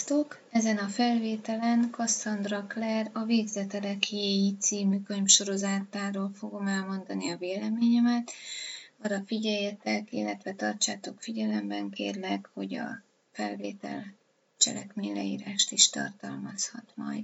Sziasztok! Ezen a felvételen Cassandra Clare a Végzetelek Jéi című könyvsorozatáról fogom elmondani a véleményemet. Arra figyeljetek, illetve tartsátok figyelemben, kérlek, hogy a felvétel cselekményleírást is tartalmazhat majd.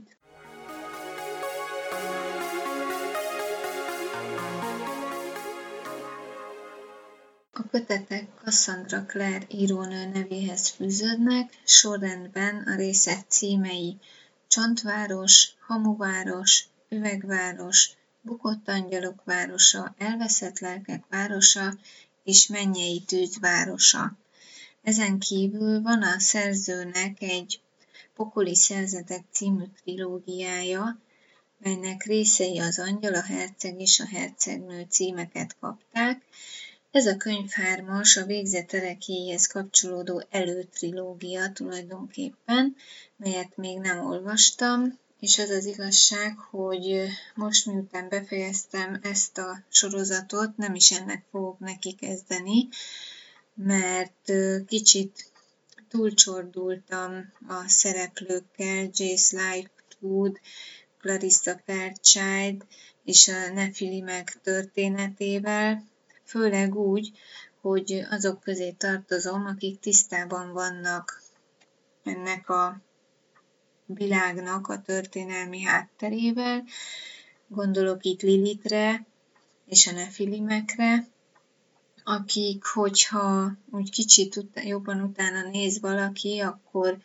A kötetek Cassandra Clare írónő nevéhez fűződnek, sorrendben a részek címei Csontváros, Hamuváros, Üvegváros, Bukott angyalok városa, Elveszett lelkek városa és Mennyei tűz városa. Ezen kívül van a szerzőnek egy Pokoli szerzetek című trilógiája, melynek részei az Angyal, a Herceg és a Hercegnő címeket kapták. Ez a könyvhármas a Végzetelek Jéihez kapcsolódó előtrilógia tulajdonképpen, melyet még nem olvastam, és az az igazság, hogy most miután befejeztem ezt a sorozatot, nem is ennek fogok neki kezdeni, mert kicsit túlcsordultam a szereplőkkel, Jace Lightwood, Clarissa Fairchild és a Nefilimek történetével, főleg úgy, hogy azok közé tartozom, akik tisztában vannak ennek a világnak a történelmi hátterével. Gondolok itt Lilithre és a Nefilimekre, akik, hogyha úgy kicsit jobban utána néz valaki, akkor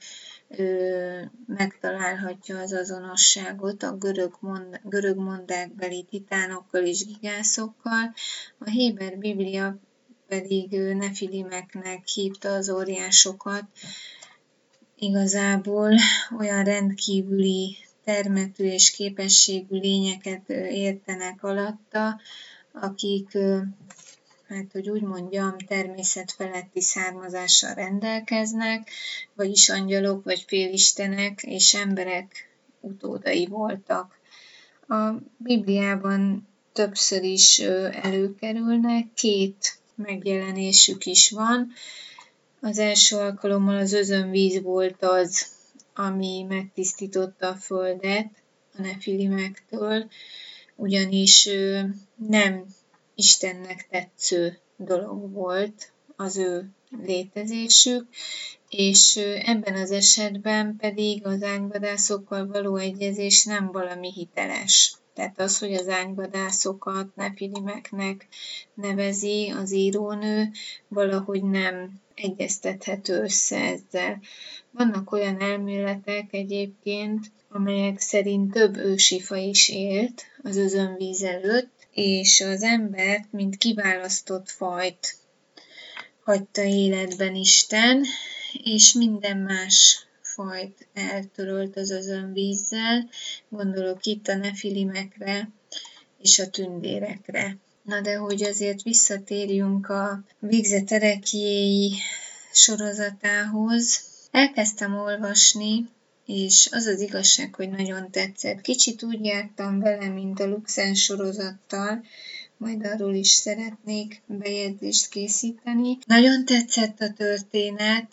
megtalálhatja az azonosságot a görög mondákbeli titánokkal és gigászokkal. A Héber Biblia pedig Nefilimeknek hívta az óriásokat. Igazából olyan rendkívüli termetű és képességű lényeket értenek alatta, akik, hogy úgy mondjam, természetfeletti származással rendelkeznek, vagyis angyalok, vagy félistenek és emberek utódai voltak. A Bibliában többször is előkerülnek, 2 megjelenésük is van. Az első alkalommal az özönvíz volt az, ami megtisztította a földet a Nefilimektől, ugyanis nem Istennek tetsző dolog volt az ő létezésük, és ebben az esetben pedig az ánybadászokkal való egyezés nem valami hiteles. Tehát az, hogy az ánybadászokat Nefilimeknek nevezi az írónő, valahogy nem egyeztethető össze ezzel. Vannak olyan elméletek egyébként, amelyek szerint több ősi faj is élt az özönvíz előtt, és az embert, mint kiválasztott fajt hagyta életben Isten, és minden más fajt eltörölt az özönvízzel, gondolok itt a Nefilimekre és a tündérekre. Na de hogy azért visszatérjünk a Végzetelek Jéi sorozatához. Elkezdtem olvasni, és az az igazság, hogy nagyon tetszett. Kicsit úgy jártam vele, mint a Luxen sorozattal, majd arról is szeretnék bejegyzést készíteni. Nagyon tetszett a történet,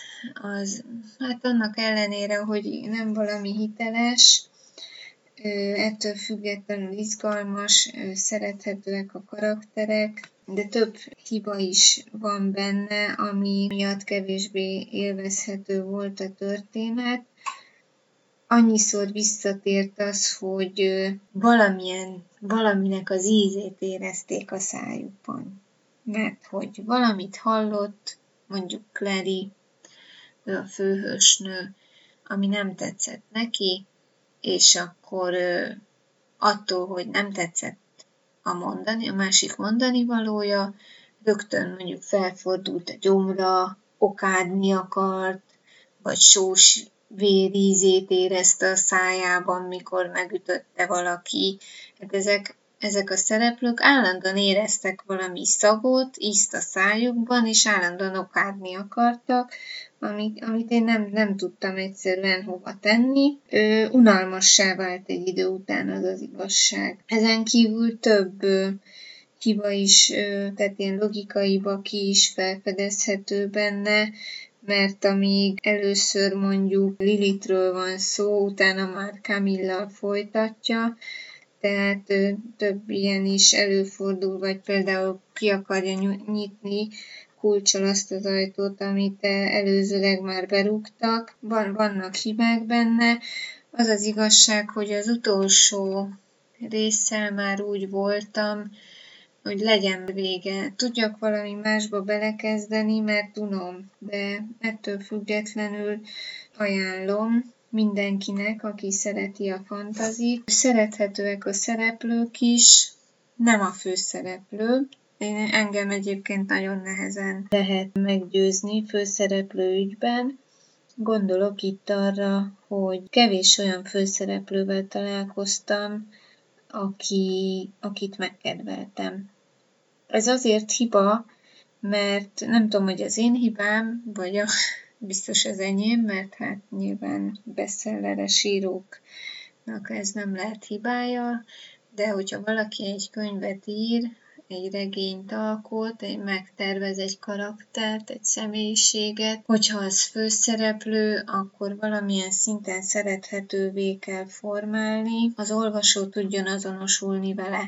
hát annak ellenére, hogy nem valami hiteles, ettől függetlenül izgalmas, szerethetőek a karakterek, de több hiba is van benne, ami miatt kevésbé élvezhető volt a történet. Annyiszor visszatért az, hogy valaminek az ízét érezték a szájukban. Mert hogy valamit hallott, mondjuk Clary, ő a főhősnő, ami nem tetszett neki, és akkor attól, hogy nem tetszett a másik mondani valója, rögtön mondjuk felfordult a gyomra, okádni akart, vagy sós vérízét érezte a szájában, mikor megütötte valaki. Hát ezek a szereplők állandóan éreztek valami szagot, ízt a szájukban, és állandóan okádni akartak, amit én nem tudtam egyszerűen hova tenni. Unalmassá vált egy idő után, az az igazság. Ezen kívül több hiba is, tehát ilyen logikai baki is felfedezhető benne, mert amíg először mondjuk Lilithről van szó, utána már Camillal folytatja, tehát több ilyen is előfordul, vagy például ki akarja nyitni kulccsal azt az ajtót, amit előzőleg már berúgtak. Vannak hibák benne. Az az igazság, hogy az utolsó résszel már úgy voltam, hogy legyen vége. Tudjak valami másba belekezdeni, mert unom, de ettől függetlenül ajánlom mindenkinek, aki szereti a fantazit. Szerethetőek a szereplők is, nem a főszereplő. Engem egyébként nagyon nehezen lehet meggyőzni főszereplő ügyben. Gondolok itt arra, hogy kevés olyan főszereplővel találkoztam, akit megkedveltem. Ez azért hiba, mert nem tudom, hogy az én hibám, vagy biztos az enyém, mert hát nyilván bestselleres íróknak ez nem lehet hibája, de hogyha valaki egy könyvet ír, egy regényt alkot, megtervez egy karaktert, egy személyiséget, hogyha az főszereplő, akkor valamilyen szinten szerethetővé kell formálni, az olvasó tudjon azonosulni vele.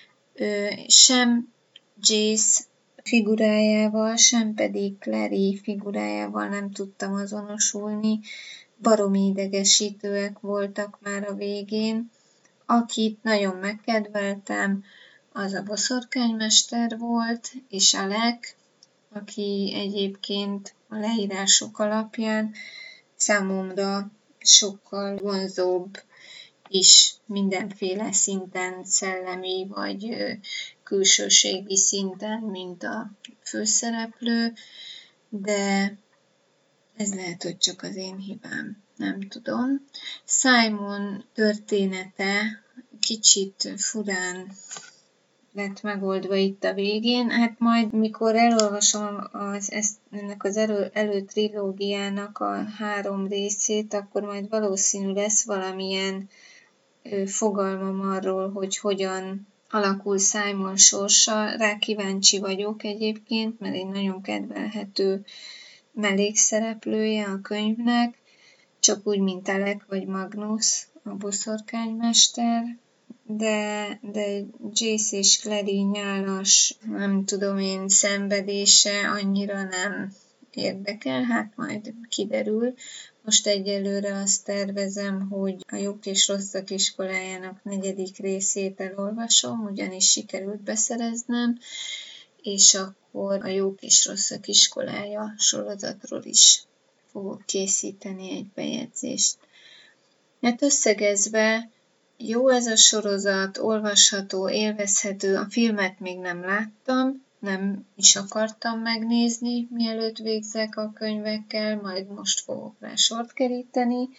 Sem Jace figurájával, sem pedig Clary figurájával nem tudtam azonosulni, baromi idegesítőek voltak már a végén. Akit nagyon megkedveltem, az a boszorkánymester volt, és Alec, aki egyébként a leírások alapján számomra sokkal vonzóbb is mindenféle szinten, szellemi vagy külsőségi szinten, mint a főszereplő, de ez lehet, hogy csak az én hibám, nem tudom. Simon története kicsit furán lett megoldva itt a végén. Hát majd, mikor elolvasom ennek az előtrilógiának a 3 részét, akkor majd valószínű lesz valamilyen fogalmam arról, hogy hogyan alakul Simon sorsa. Rá kíváncsi vagyok egyébként, mert egy nagyon kedvelhető mellékszereplője a könyvnek, csak úgy, mint Alec vagy Magnus, a boszorkánymester, de Jace és Clary nyálas, nem tudom én, szenvedése annyira nem érdekel, hát majd kiderül. Most egyelőre azt tervezem, hogy a Jók és Rosszak iskolájának 4. részét elolvasom, ugyanis sikerült beszereznem, és akkor a Jók és Rosszak iskolája sorozatról is fogok készíteni egy bejegyzést. Hát összegezve, jó ez a sorozat, olvasható, élvezhető, a filmet még nem láttam, nem is akartam megnézni, mielőtt végzek a könyvekkel, majd most fogok rá sort keríteni,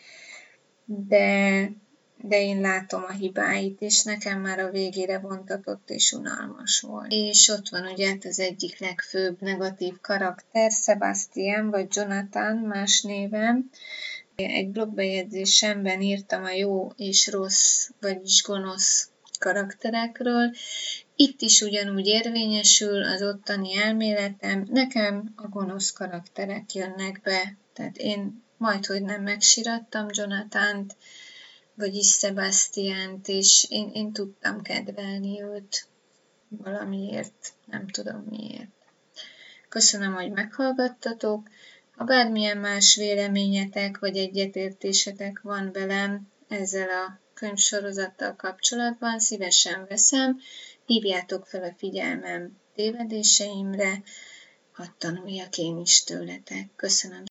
de én látom a hibáit, és nekem már a végére vontatott és unalmas volt. És ott van ugye az egyik legfőbb negatív karakter, Sebastian vagy Jonathan más néven. Egy blogbejegyzésemben írtam a jó és rossz, vagyis gonosz karakterekről. Itt is ugyanúgy érvényesül az ottani elméletem. Nekem a gonosz karakterek jönnek be. Tehát én majdhogy nem megsirattam Jonathant, vagyis Sebastiant, és én tudtam kedvelni őt valamiért, nem tudom miért. Köszönöm, hogy meghallgattatok. Ha bármilyen más véleményetek vagy egyetértésetek van velem ezzel a könyvsorozattal kapcsolatban, szívesen veszem, hívjátok fel a figyelmem tévedéseimre, hadd tanuljak én is tőletek. Köszönöm.